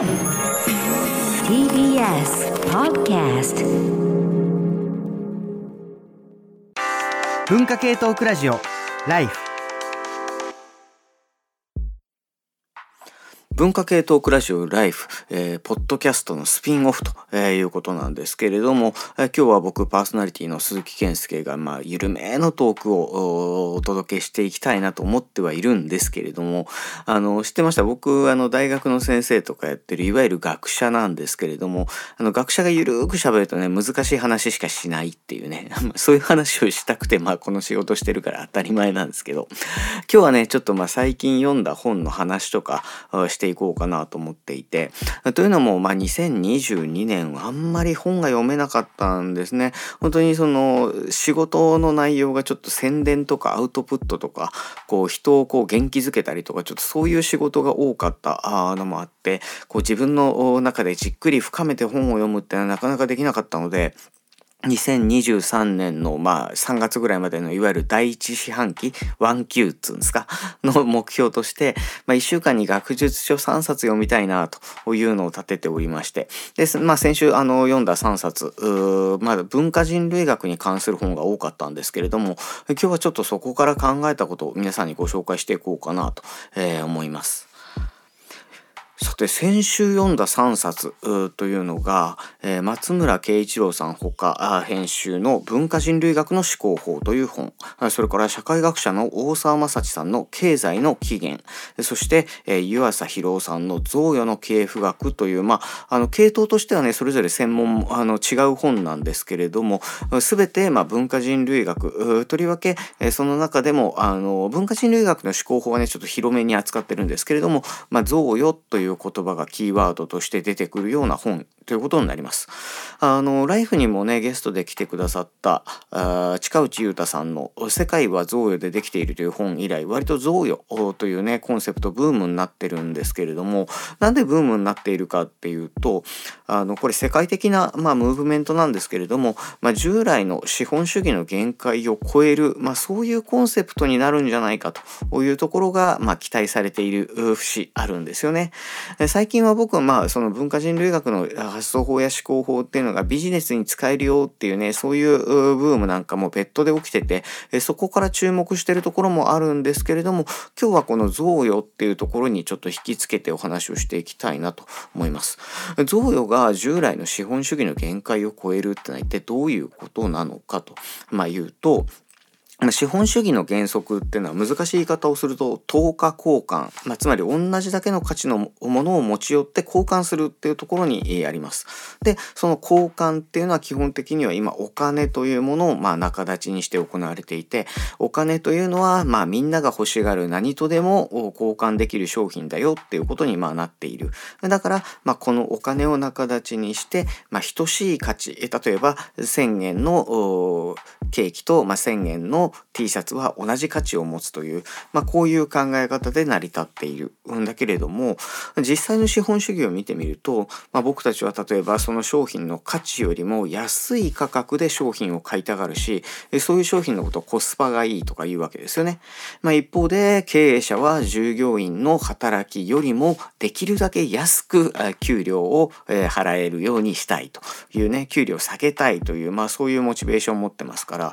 TBS Podcast 文化系トークラジオライフ。 文化系トークラジオライフ、ポッドキャストのスピンオフということなんですけれども、今日は僕パーソナリティの鈴木健介が緩めのトークをお届けしていきたいなと思ってはいるんですけれども、知ってました？僕大学の先生とかやってるいわゆる学者なんですけれども、学者がゆるーく喋るとね、難しい話しかしないっていうねそういう話をしたくてこの仕事してるから当たり前なんですけど、今日はねちょっと最近読んだ本の話とかしていこうかなと思っていて、というのも2022年あんまり本が読めなかったんですね。本当にその仕事の内容がちょっと宣伝とかアウトプットとか人を元気づけたりとか、ちょっとそういう仕事が多かったのもあって、自分の中でじっくり深めて本を読むってのはなかなかできなかったので、2023年の3月ぐらいまでのいわゆる第一四半期1Q っつうんですかの目標として1週間に学術書3冊読みたいなというのを立てておりまして、で先週読んだ3冊文化人類学に関する本が多かったんですけれども、今日はちょっとそこから考えたことを皆さんにご紹介していこうかなと思います。さて、先週読んだ3冊というのが、松村慶一郎さんほか編集の文化人類学の思考法という本、それから社会学者の大沢正知さんの経済の起源、そして湯浅博夫さんの贈与の系譜学という系統としてはねそれぞれ専門違う本なんですけれども、すべて文化人類学とりわけその中でも文化人類学の思考法はねちょっと広めに扱ってるんですけれども、贈与という言葉がキーワードとして出てくるような本ということになります。ライフにもねゲストで来てくださった近内裕太さんの世界は贈与でできているという本以来、割と贈与というねコンセプトブームになってるんですけれども、なんでブームになっているかっていうと、これ世界的なムーブメントなんですけれども、従来の資本主義の限界を超えるそういうコンセプトになるんじゃないかというところが期待されている節あるんですよね。最近は僕はその文化人類学の発想法や思考法っていうのがビジネスに使えるよっていうね、そういうブームなんかも別途で起きてて、そこから注目してるところもあるんですけれども、今日はこの贈与っていうところにちょっと引きつけてお話をしていきたいなと思います。贈与が従来の資本主義の限界を超えるってのは一体どういうことなのかというと、資本主義の原則っていうのは難しい言い方をすると等価交換、つまり同じだけの価値のものを持ち寄って交換するっていうところにあります。で、その交換っていうのは基本的には今お金というものを仲立ちにして行われていて、お金というのはみんなが欲しがる何とでも交換できる商品だよっていうことになっている。だからこのお金を仲立ちにして等しい価値、例えば1000円のケーキと1000円のT シャツは同じ価値を持つという、こういう考え方で成り立っているんだけれども、実際の資本主義を見てみると、僕たちは例えばその商品の価値よりも安い価格で商品を買いたがるし、そういう商品のことをコスパがいいとか言うわけですよね。一方で経営者は従業員の働きよりもできるだけ安く給料を払えるようにしたいというね、給料を下げたいという、そういうモチベーションを持ってますから、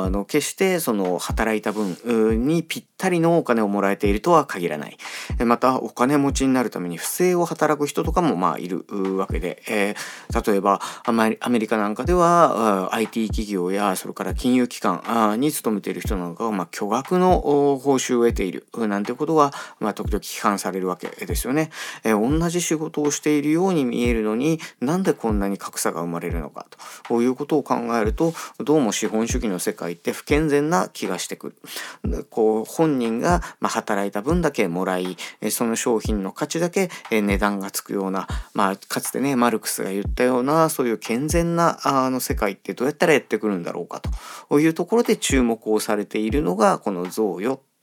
決してその働いた分にぴったりのお金をもらえているとは限らない。またお金持ちになるために不正を働く人とかもいるわけで、例えばアメリカなんかではIT 企業やそれから金融機関に勤めている人なんかが巨額の報酬を得ているなんてことは時々批判されるわけですよね。同じ仕事をしているように見えるのになんでこんなに格差が生まれるのかということを考えると、どうも資本主義の世界って不健全な気がしてくる。本人が働いた分だけもらい、その商品の価値だけ値段がつくような、かつてねマルクスが言ったようなそういう健全な世界ってどうやったらやってくるんだろうかというところで注目をされているのがこの贈与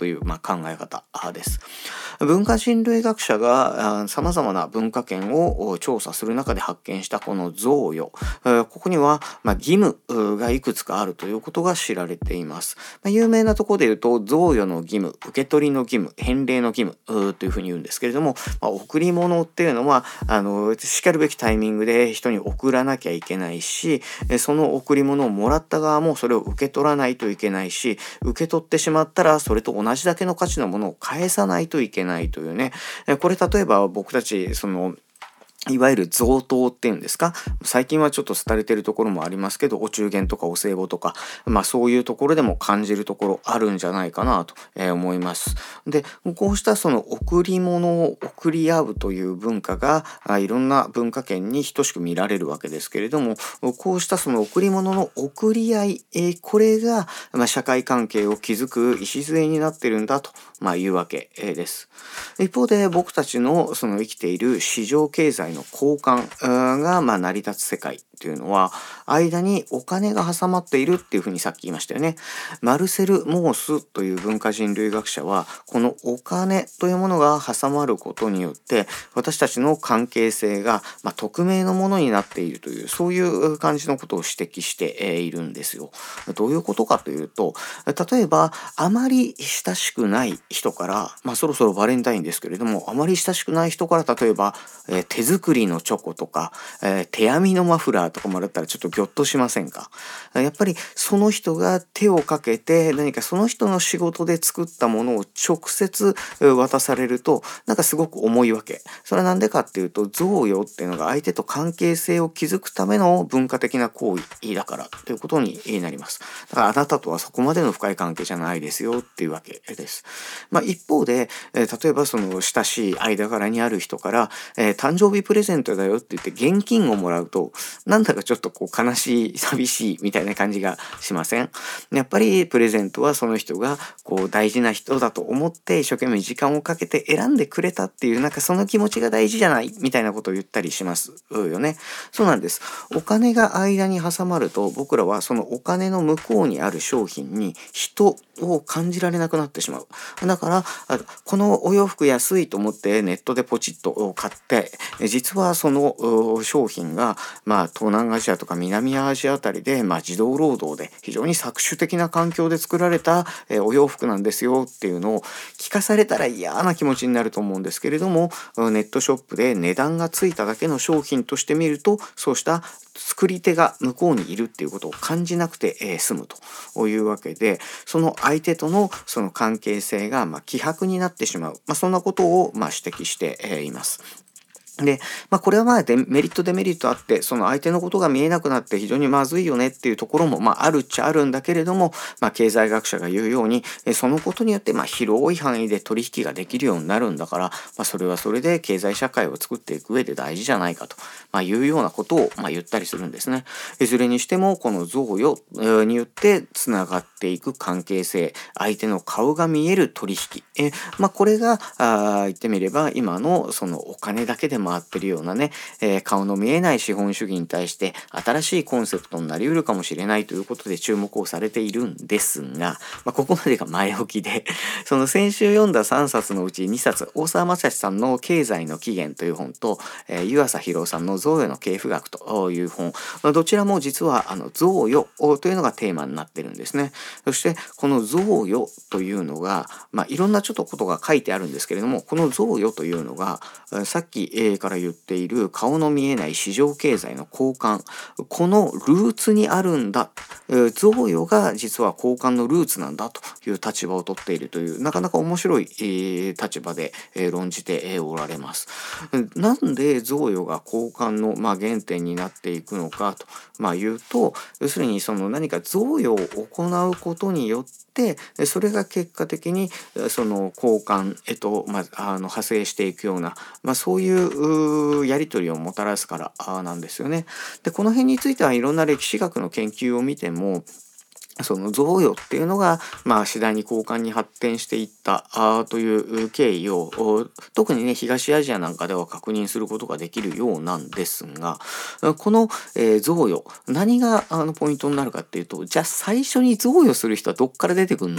という、考え方です。文化人類学者がさまざまな文化圏を調査する中で発見したこの贈与、ここには、義務がいくつかあるということが知られています。有名なところで言うと贈与の義務、受け取りの義務、返礼の義務というふうに言うんですけれども、贈り物っていうのはしかるべきタイミングで人に送らなきゃいけないし、その贈り物をもらった側もそれを受け取らないといけないし、受け取ってしまったらそれと同じだけの価値のものを返さないといけないというね。これ例えば僕たちいわゆる贈答っていうんですか、最近はちょっと廃れてるところもありますけど、お中元とかお歳暮とか、そういうところでも感じるところあるんじゃないかなと思います。で、こうしたその贈り物を贈り合うという文化がいろんな文化圏に等しく見られるわけですけれども、こうしたその贈り物の贈り合い、これが社会関係を築く礎になってるんだというわけです。一方で僕たちのその生きている市場経済の交換が成り立つ世界っていうのは、間にお金が挟まっているっていうふうにさっき言いましたよね。マルセル・モースという文化人類学者は、このお金というものが挟まることによって私たちの関係性が匿名のものになっているという、そういう感じのことを指摘しているんですよ。どういうことかというと、例えばあまり親しくない人から、そろそろバレンタインですけれども、あまり親しくない人から例えば、手作りのチョコとか、手編みのマフラーとかもらったらちょっとギョッとしませんか？やっぱりその人が手をかけて何かその人の仕事で作ったものを直接渡されるとすごく重いわけ。それはなんでかっていうと、贈与っていうのが相手と関係性を築くための文化的な行為だからということになります。だからあなたとはそこまでの深い関係じゃないですよっていうわけです。一方で、例えばその親しい間柄にある人から、誕生日プレゼントだよって言って現金をもらうと、なんだかちょっと悲しい寂しいみたいな感じがしません？やっぱりプレゼントはその人が大事な人だと思って一生懸命時間をかけて選んでくれたっていう、その気持ちが大事じゃないみたいなことを言ったりしますよね。そうなんです。お金が間に挟まると、僕らはそのお金の向こうにある商品に人を感じられなくなってしまう。だからこのお洋服安いと思ってネットでポチッと買って、実はその商品が東南アジアとか南アジアあたりで児童労働で非常に搾取的な環境で作られたお洋服なんですよっていうのを聞かされたら嫌な気持ちになると思うんですけれども、ネットショップで値段がついただけの商品として見ると、そうした作り手が向こうにいるっていうことを感じなくて済むというわけで、その相手とのその関係性が希薄になってしまう、そんなことを指摘しています。で、これはメリットデメリットあって、その相手のことが見えなくなって非常にまずいよねっていうところもあるっちゃあるんだけれども、経済学者が言うように、そのことによって広い範囲で取引ができるようになるんだから、それはそれで経済社会を作っていく上で大事じゃないかと、いうようなことを言ったりするんですね。いずれにしてもこの贈与によってつながっていく関係性、相手の顔が見える取引、これが言ってみれば今のそのお金だけで回ってるようなね、顔の見えない資本主義に対して新しいコンセプトになりうるかもしれないということで注目をされているんですが、ここまでが前置きでその先週読んだ3冊のうち2冊、大沢正史さんの経済の起源という本と、湯浅博夫さんの贈与の系譜学という本、どちらも実は贈与というのがテーマになってるんですね。そしてこの贈与というのが、いろんなちょっとことが書いてあるんですけれども、この贈与というのがさっきから言っている顔の見えない市場経済の交換、このルーツにあるんだ、贈与が実は交換のルーツなんだという立場を取っているという、なかなか面白い立場で論じておられます。なんで贈与が交換の原点になっていくのかというと、要するにその何か贈与を行うことによってそれが結果的にその交換へと派生していくような、そういうやり取りをもたらすからなんですよね。で、この辺についてはいろんな歴史学の研究を見ても、その贈与っていうのが次第に交換に発展していったという経緯を特にね東アジアなんかでは確認することができるようなんですが、この、贈与何がポイントになるかっていうと、じゃあ最初に贈与する人はどっから出てくるのっ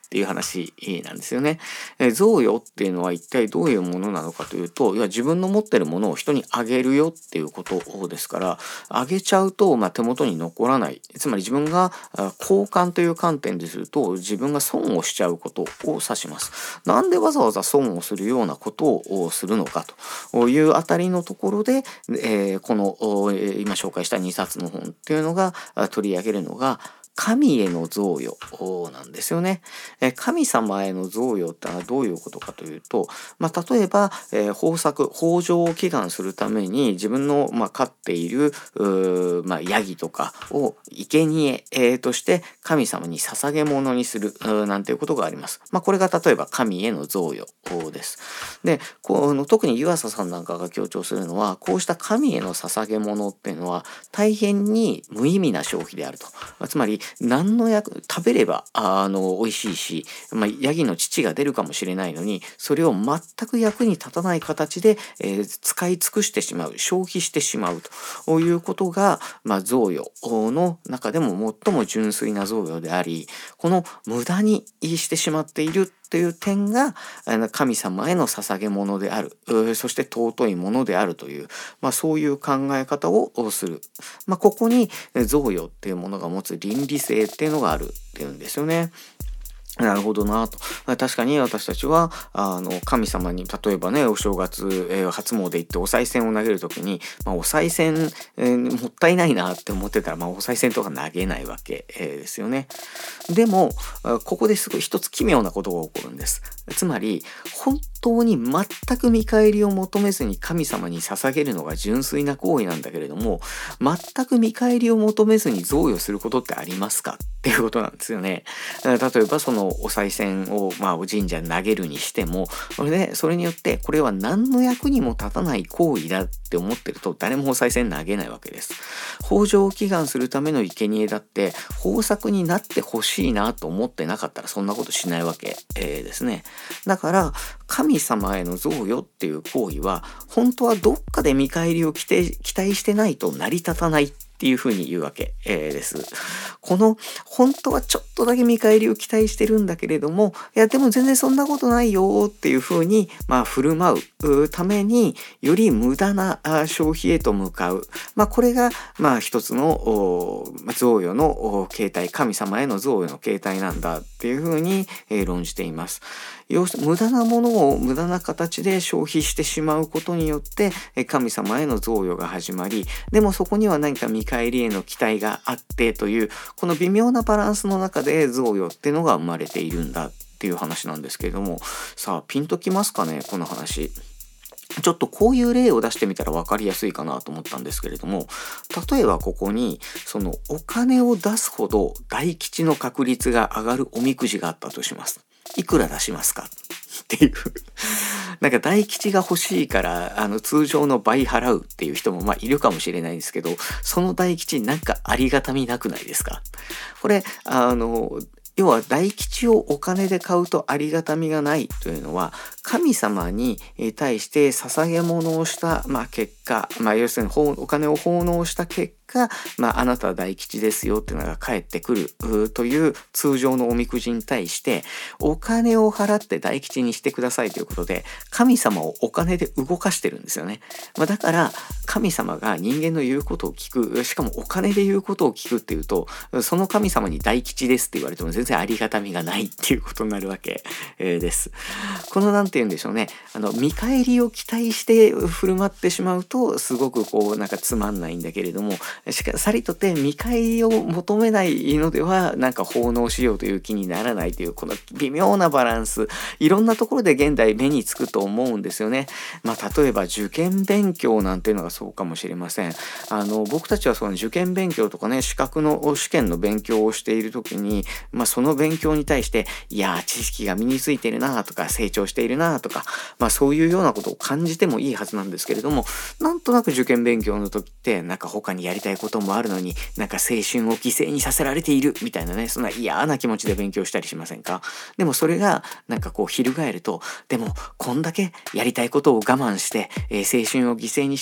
っていう話なんですよね。贈与っていうのは一体どういうものなのかというと、自分の持ってるものを人にあげるよっていうことですから、あげちゃうと、手元に残らない。つまり自分が交換という観点ですると、自分が損をしちゃうことを指します。なんでわざわざ損をするようなことをするのかというあたりのところで、この今紹介した2冊の本っていうのが取り上げるのが、神への贈与なんですよね。神様への贈与ってのはどういうことかというと、例えば、豊穣を祈願するために自分の、飼っているヤギとかを生贄として神様に捧げ物にするなんていうことがあります。これが例えば神への贈与です。で、特に湯浅さんなんかが強調するのは、こうした神への捧げ物っていうのは大変に無意味な消費であると。つまり食べれば美味しいし、ヤギの乳が出るかもしれないのに、それを全く役に立たない形で、使い尽くしてしまう、消費してしまうということが、贈与の中でも最も純粋な贈与であり、この無駄にしてしまっているという点が神様への捧げ物である、そして尊いものであるという、そういう考え方をする。ここに贈与っていうものが持つ倫理性っていうのがあるっていうんですよね。なるほどなと。確かに私たちは神様に、例えばね、お正月、初詣行ってお賽銭を投げるときに、お賽銭、もったいないなって思ってたら、お賽銭とか投げないわけ、ですよね。でもここですごい一つ奇妙なことが起こるんです。つまり本当に全く見返りを求めずに神様に捧げるのが純粋な行為なんだけれども、全く見返りを求めずに贈与することってありますかっていうことなんですよね。例えばそのお賽銭を神社に投げるにしても、それによってこれは何の役にも立たない行為だって思ってると、誰もお賽銭投げないわけです。豊穣を祈願するための生贄だって豊作になってほしいなと思ってなかったらそんなことしないわけ、ですね。だから神様への贈与っていう行為は本当はどっかで見返りを期待してないと成り立たないっていうふうに言うわけ、です。この本当はちょっとだけ見返りを期待してるんだけれども、いやでも全然そんなことないよっていうふうに振る舞うためにより無駄な消費へと向かう、これが一つの贈与の形態、神様への贈与の形態なんだっていうふうに論じています。無駄なものを無駄な形で消費してしまうことによって神様への贈与が始まり、でもそこには何か見返りへの期待があってという、この微妙なバランスの中で贈与っていうのが生まれているんだっていう話なんですけれども、さあピンときますかね、この話。ちょっとこういう例を出してみたら分かりやすいかなと思ったんですけれども、例えばここにそのお金を出すほど大吉の確率が上がるおみくじがあったとします。いくら出しますかっていうなんか大吉が欲しいから通常の倍払うっていう人もいるかもしれないんですけど、その大吉なんかありがたみなくないですか？これ要は大吉をお金で買うとありがたみがないというのは、神様に対して捧げ物をした結果、要するにお金を奉納した結果、あなたは大吉ですよっていうのが返ってくるという通常のおみくじに対して、お金を払って大吉にしてくださいということで神様をお金で動かしてるんですよね。だから神様が人間の言うことを聞く、しかもお金で言うことを聞くっていうと、その神様に大吉ですって言われても全然ありがたみがないっていうことになるわけです。このなんて言うんでしょうね、見返りを期待して振る舞ってしまうとすごくなんかつまんないんだけれども、さりとて見返りを求めないのではなんか奉納しようという気にならないという、この微妙なバランス、いろんなところで現代目につくと思うんですよね。例えば受験勉強なんていうのがそうかもしれません。僕たちはその受験勉強とかね、資格の試験の勉強をしている時に、その勉強に対していや知識が身についているなとか成長しているなとか、そういうようなことを感じてもいいはずなんですけれども、なんとなく受験勉強の時ってなんか他にやりたいこともあるのになんか青春を犠牲にさせられているみたいなね、そんな嫌な気持ちで勉強したりしませんか？でもそれがなんか翻ると、でもこんだけやりたいことを我慢して、青春を犠牲にして受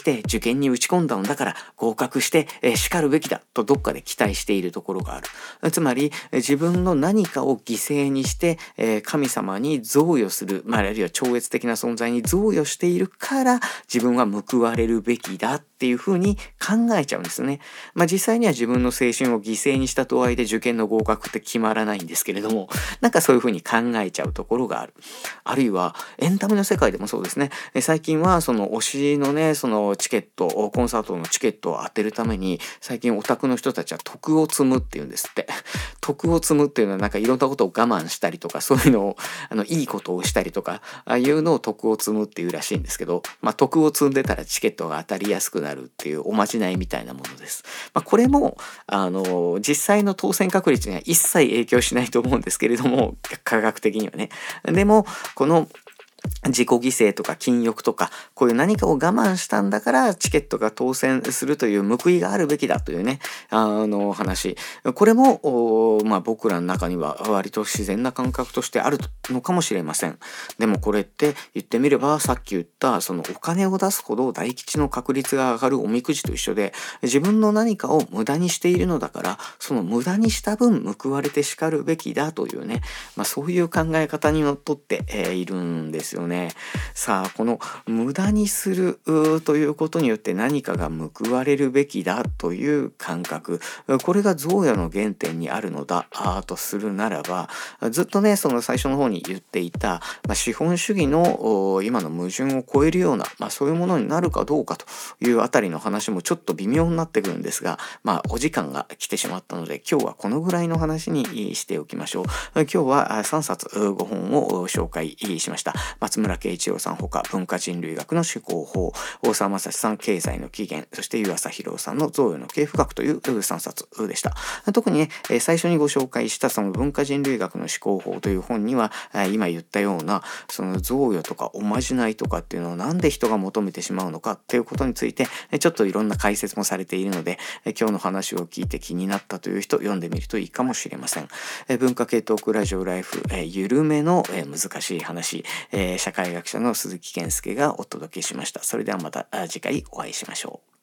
験に打ち込んだんだから合格して、しかるべきだとどっかで期待しているところがある。つまり自分の何かを犠牲にして、神様に贈与する、あるいは超越的な存在に贈与しているから自分は報われるべきだっていうふうに考えちゃうんですね。実際には自分の青春を犠牲にしたとはいえ受験の合格って決まらないんですけれども、なんかそういうふうに考えちゃうところがある。あるいはエンタメの世界でもそうですね。最近はその推しのね、そのチケット、コンサートのチケットを当てるために最近オタクの人たちは徳を積むっていうんですって。徳を積むっていうのはなんかいろんなことを我慢したりとか、そういうのをいいことをしたりとか、ああいうのを徳を積むっていうらしいんですけど、徳を積んでたらチケットが当たりやすくなるっていうおまじないみたいなものです。これも実際の当選確率には一切影響しないと思うんですけれども、科学的にはね。でもこの自己犠牲とか禁欲とか、こういう何かを我慢したんだからチケットが当選するという報いがあるべきだというね、話。これも僕らの中には割と自然な感覚としてあるのかもしれません。でもこれって言ってみれば、さっき言ったそのお金を出すほど大吉の確率が上がるおみくじと一緒で、自分の何かを無駄にしているのだから、その無駄にした分報われてしかるべきだというね、そういう考え方にのっとっているんですよね。さあ、この無駄にするということによって何かが報われるべきだという感覚、これが贈与の原点にあるのだとするならば、ずっとね、その最初の方に言っていた、資本主義の今の矛盾を超えるような、そういうものになるかどうかというあたりの話もちょっと微妙になってくるんですが、お時間が来てしまったので今日はこのぐらいの話にしておきましょう。今日は3冊5本を紹介しました。松村慶一郎さんほか文化人類学の思考法、大沢正史さん経済の起源、そして湯浅博夫さんの贈与の系譜学という3冊でした。特にね、最初にご紹介したその文化人類学の思考法という本には、今言ったようなその贈与とかおまじないとかっていうのをなんで人が求めてしまうのかっていうことについてちょっといろんな解説もされているので、今日の話を聞いて気になったという人読んでみるといいかもしれません。文化系トークラジオライフ、ゆるめの難しい話、社会学者の鈴木健介がお届けしました。それではまた次回お会いしましょう。